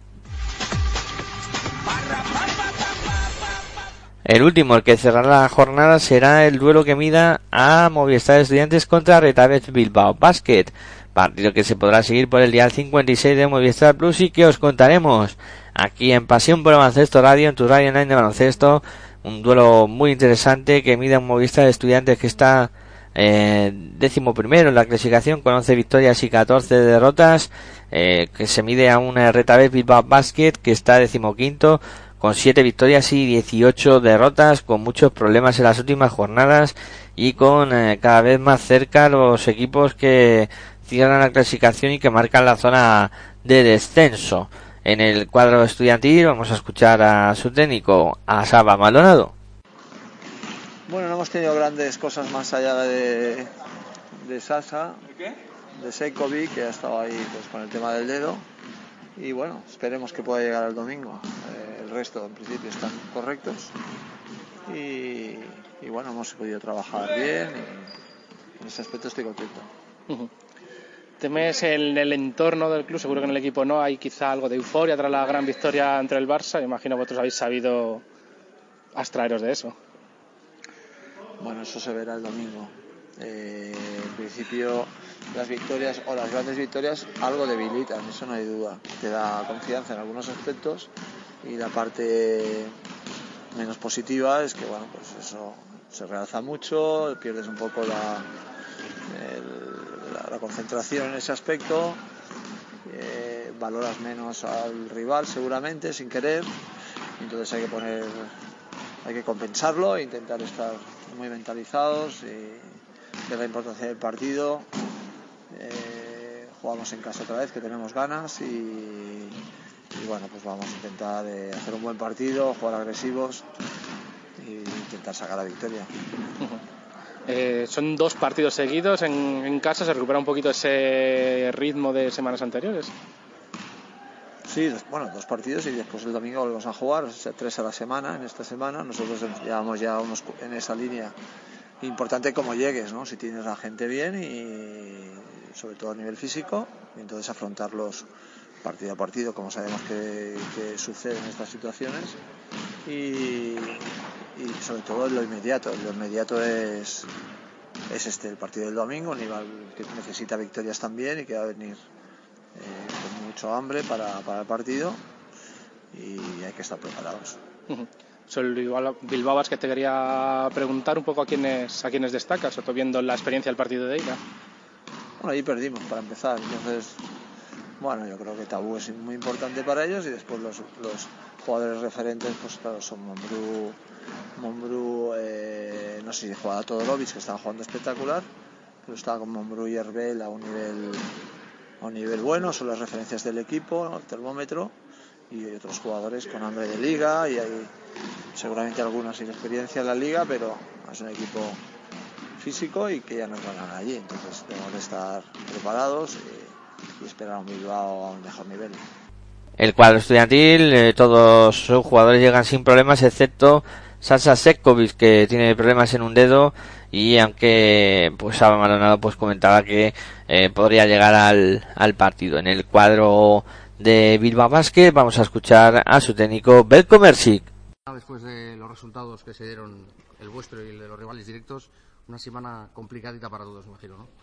El último, el que cerrará la jornada, será el duelo que mida a Movistar Estudiantes contra Retabet Bilbao Basket, partido que se podrá seguir por el dial cincuenta y seis de Movistar Plus y que os contaremos aquí en Pasión por el Baloncesto Radio, en tu radio online de baloncesto. Un duelo muy interesante que mide a un Movistar Estudiantes que está eh, décimo primero en la clasificación con once victorias y catorce derrotas, eh, que se mide a un Retabet Bilbao Basket que está decimoquinto con siete victorias y dieciocho derrotas, con muchos problemas en las últimas jornadas y con eh, cada vez más cerca los equipos que cierran la clasificación y que marcan la zona de descenso. En el cuadro estudiantil vamos a escuchar a su técnico, a Saba Maldonado. Bueno, no hemos tenido grandes cosas más allá de, de Sasa, de Sekovic, que ha estado ahí pues con el tema del dedo, y bueno, esperemos que pueda llegar el domingo. Eh, el resto en principio están correctos y, y bueno, hemos podido trabajar bien y en ese aspecto estoy contento. Uh-huh. ¿Temes en el entorno del club? Seguro que en el equipo no, hay quizá algo de euforia tras la gran victoria entre el Barça. Imagino que vosotros habéis sabido abstraeros de eso. Bueno, eso se verá el domingo. Eh, en principio las victorias o las grandes victorias algo debilitan, eso no hay duda. Te da confianza en algunos aspectos y la parte menos positiva es que bueno, pues eso se realza mucho, pierdes un poco la, el, la, la concentración en ese aspecto, eh, valoras menos al rival seguramente sin querer, entonces hay que poner, hay que compensarlo e intentar estar muy mentalizados y ver la importancia del partido. Eh, jugamos en casa otra vez, que tenemos ganas y, y bueno, pues vamos a intentar eh, hacer un buen partido, jugar agresivos e intentar sacar la victoria. Eh, son dos partidos seguidos en, en casa, ¿se recupera un poquito ese ritmo de semanas anteriores? Sí, dos, bueno, dos partidos y después el domingo volvemos a jugar, o sea, tres a la semana en esta semana. Nosotros llevamos ya unos en esa línea. Importante cómo llegues, ¿no? Si tienes la gente bien y sobre todo a nivel físico, y entonces afrontarlos partido a partido, como sabemos que, que sucede en estas situaciones, y, y sobre todo lo inmediato. Lo inmediato es, es este, el partido del domingo, un rival que necesita victorias también y que va a venir eh, con mucho hambre para, para el partido y hay que estar preparados. Uh-huh. Sobre el Bilbao Basket te quería preguntar un poco a quiénes a quiénes destacas, sobre todo viendo la experiencia del partido de ida. Bueno, ahí perdimos para empezar, entonces bueno, yo creo que Tabú es muy importante para ellos y después los, los jugadores referentes, pues claro, son Mombrú, Mombrú eh, no sé si jugaba Todorovic, que estaba jugando espectacular, pero estaba con Mombrú y Herbel a un nivel a un nivel bueno, son las referencias del equipo, ¿no? El termómetro, y hay otros jugadores con hambre de liga y hay seguramente algunos sin experiencia en la liga, pero es un equipo físico y que ya nos van a ganar allí, entonces tenemos que estar preparados y, y esperar a un Bilbao a un mejor nivel. El cuadro estudiantil, eh, todos sus jugadores llegan sin problemas excepto Sasa Sekovic, que tiene problemas en un dedo, y aunque pues Saba Maldonado pues comentaba que eh, podría llegar al, al partido. En el cuadro de Bilbao Basket vamos a escuchar a su técnico Belko Mersic. Después de los resultados que se dieron, el vuestro y el de los rivales directos, una semana complicadita para todos, me imagino, ¿no?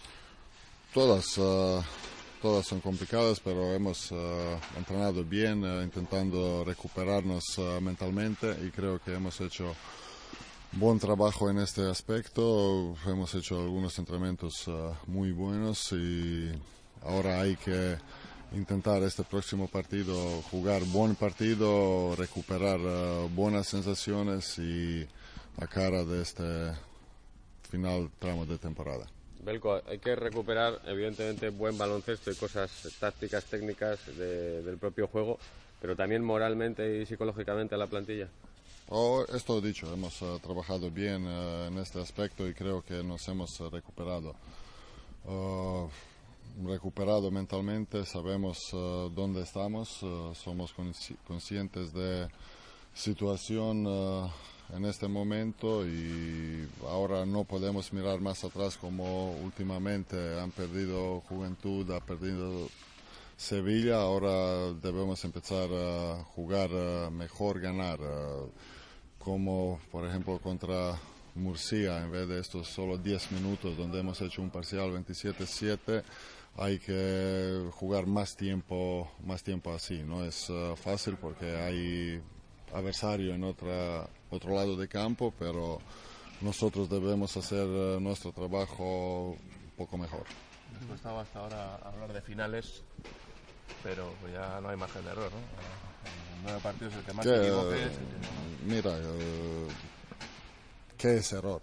Todas, uh, todas son complicadas, pero hemos uh, entrenado bien, uh, intentando recuperarnos uh, mentalmente, y creo que hemos hecho buen trabajo en este aspecto. Hemos hecho algunos entrenamientos uh, muy buenos, y ahora hay que intentar este próximo partido jugar buen partido, recuperar uh, buenas sensaciones y a cara de este final tramo de temporada. Belko, hay que recuperar evidentemente buen baloncesto y cosas tácticas, técnicas de, del propio juego, pero también moralmente y psicológicamente a la plantilla. Oh, esto he dicho, hemos uh, trabajado bien uh, en este aspecto y creo que nos hemos uh, recuperado. Uh, recuperado mentalmente, sabemos uh, dónde estamos, uh, somos consci conscientes de situación uh, en este momento, y ahora no podemos mirar más atrás como últimamente han perdido Juventud, ha perdido Sevilla. Ahora debemos empezar a jugar uh, mejor, ganar, uh, como por ejemplo contra Murcia, en vez de estos solo diez minutos donde hemos hecho un parcial veintisiete siete, hay que jugar más tiempo, más tiempo así. No es uh, fácil porque hay adversario en otra, otro lado de campo, pero nosotros debemos hacer uh, nuestro trabajo un poco mejor. Nos costaba hasta ahora hablar de finales, pero pues ya no hay margen de error, ¿no? En nueve partidos el que más ¿Qué, se equivoque es el que... Mira, uh, ¿qué es error?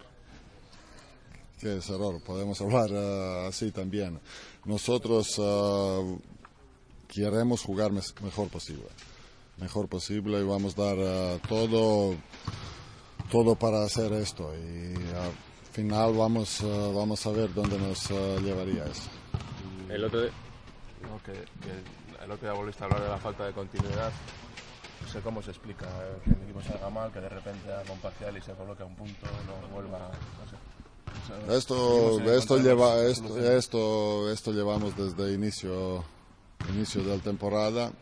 ¿Qué es error? Podemos hablar uh, así también. Nosotros uh, queremos jugar mes mejor posible. Mejor posible, y vamos a dar uh, todo, todo para hacer esto. Y al final vamos, uh, vamos a ver dónde nos uh, llevaría eso. El otro día... No, que, que el otro día volviste a hablar de la falta de continuidad. No sé cómo se explica que el equipo salga mal, que de repente haga un parcial y se coloque a un punto, no vuelva, no sé. O sea, esto, esto, lleva, esto, esto, esto llevamos desde inicio, inicio de la temporada,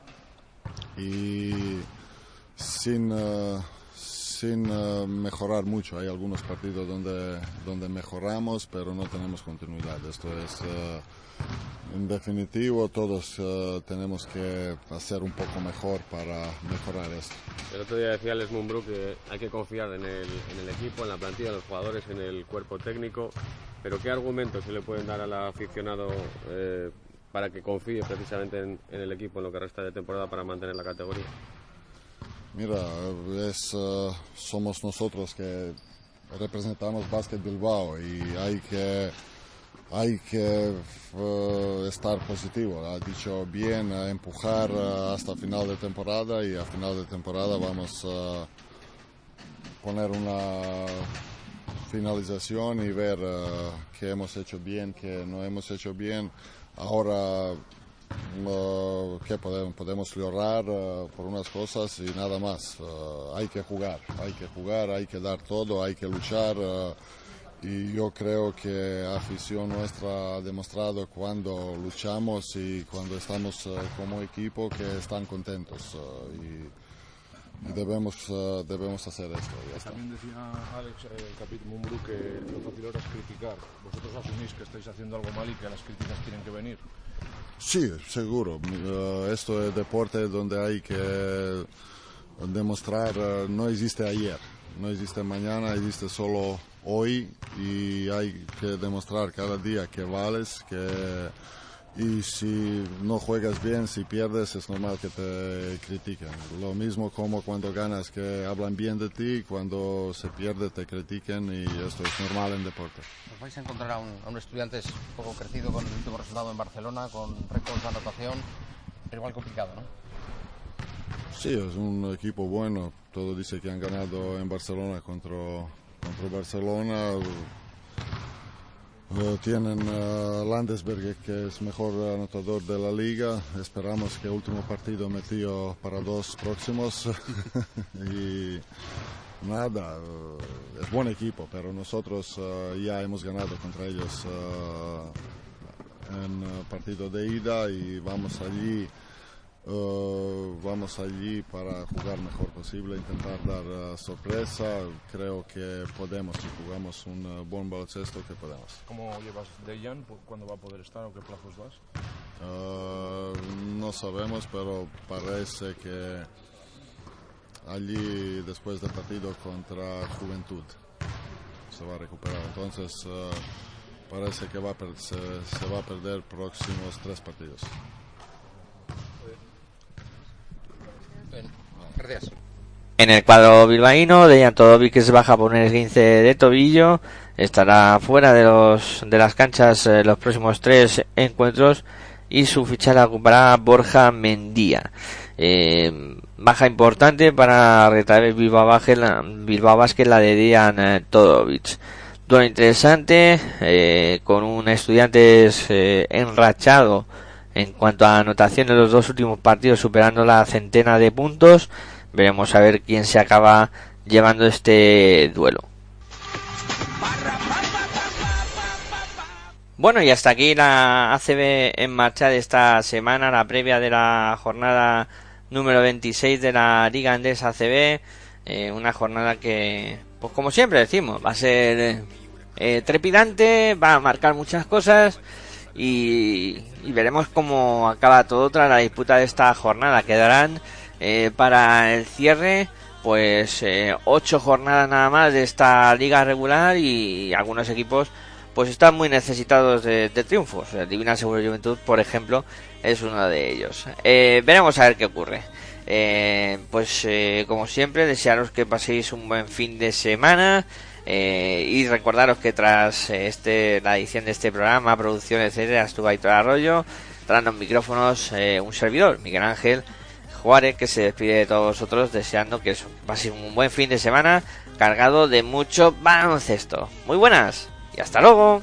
y sin, uh, sin uh, mejorar mucho. Hay algunos partidos donde, donde mejoramos, pero no tenemos continuidad. Esto es... Uh, En definitivo, todos uh, tenemos que hacer un poco mejor para mejorar esto. El otro día decía Les Mumbrú que hay que confiar en el, en el equipo, en la plantilla, en los jugadores, en el cuerpo técnico, pero ¿qué argumentos se le pueden dar al aficionado eh, para que confíe precisamente en, en el equipo en lo que resta de temporada para mantener la categoría? Mira, es, uh, somos nosotros que representamos Basket Bilbao, y hay que... Hay que uh, estar positivo, ha dicho bien, uh, empujar uh, hasta final de temporada, y a final de temporada vamos a uh, poner una finalización y ver uh, qué hemos hecho bien, qué no hemos hecho bien. Ahora uh, qué podemos, podemos llorar uh, por unas cosas y nada más. Uh, hay que jugar, hay que jugar, hay que dar todo, hay que luchar. Uh, Y yo creo que la afición nuestra ha demostrado cuando luchamos y cuando estamos uh, como equipo que están contentos, uh, y, y debemos, uh, debemos hacer esto. Ya está. También decía Alex, el eh, capitán Mumbrú, que lo fácil ahora es criticar. ¿Vosotros asumís que estáis haciendo algo mal y que las críticas tienen que venir? Sí, seguro. Uh, esto es deporte donde hay que demostrar, uh, no existe ayer, no existe mañana, existe solo hoy, y hay que demostrar cada día que vales, que y si no juegas bien, si pierdes, es normal que te critiquen. Lo mismo como cuando ganas, que hablan bien de ti, cuando se pierde te critiquen, y esto es normal en deporte. Os vais a encontrar a un, a un Estudiantes un poco crecido con el último resultado en Barcelona, con récords de anotación, pero igual complicado, ¿no? Sí, es un equipo bueno. Todo dice que han ganado en Barcelona contra, contra Barcelona. Uh, tienen uh, Landesberg, que es mejor anotador de la liga. Esperamos que el último partido metió para dos próximos. Y nada, uh, es buen equipo, pero nosotros uh, ya hemos ganado contra ellos uh, en uh, partido de ida, y vamos allí. Uh, vamos allí para jugar mejor. posible intentar dar uh, sorpresa. Creo que podemos, si jugamos un uh, buen baloncesto, que podemos. ¿Cómo llevas Dejan? ¿Cuándo va a poder estar o qué plazos das? Uh, no sabemos, pero parece que allí después del partido contra Juventud se va a recuperar. Entonces uh, parece que va a per- se, se va a perder próximos tres partidos. Gracias. En el cuadro bilbaíno, Dejan Todovic, que se baja por un esguince de tobillo, estará fuera de los de las canchas eh, los próximos tres encuentros, y su ficha la ocupará Borja Mendía. Eh, baja importante para retraer Bilbao Basket, la, Bilbao Basket, la de Dejan eh, Todovic. Duelo interesante, eh, con un Estudiantes eh, enrachado en cuanto a anotación en los dos últimos partidos, superando la centena de puntos. Veremos a ver quién se acaba llevando este duelo. Bueno, y hasta aquí la A C B en marcha de esta semana, la previa de la jornada número veintiséis de la Liga Endesa A C B. Eh, una jornada que, pues como siempre decimos, va a ser eh, trepidante, va a marcar muchas cosas. Y, y veremos cómo acaba todo tras la disputa de esta jornada. Quedarán eh, para el cierre pues eh, ocho jornadas nada más de esta liga regular, y algunos equipos pues están muy necesitados de, de triunfos. El Divina Seguro Juventud, por ejemplo, es uno de ellos. Eh, veremos a ver qué ocurre. Eh, pues eh, como siempre, desearos que paséis un buen fin de semana. Eh, y recordaros que tras este la edición de este programa, producción, etcétera, estuvo Aitor Arroyo, tras los micrófonos eh, un servidor, Miguel Ángel Juárez, que se despide de todos vosotros, deseando que paséis un buen fin de semana cargado de mucho baloncesto. Muy buenas y hasta luego.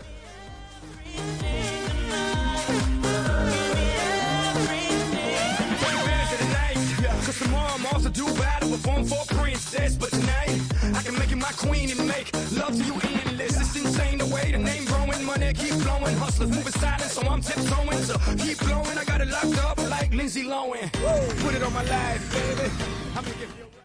Queen and make love to you endless. It's insane the way the name growing, money keep flowing, hustlers moving silent, so I'm tiptoeing. So keep blowing, I got it locked up like Lindsay Lohan. Put it on my life, baby. I'm gonna give you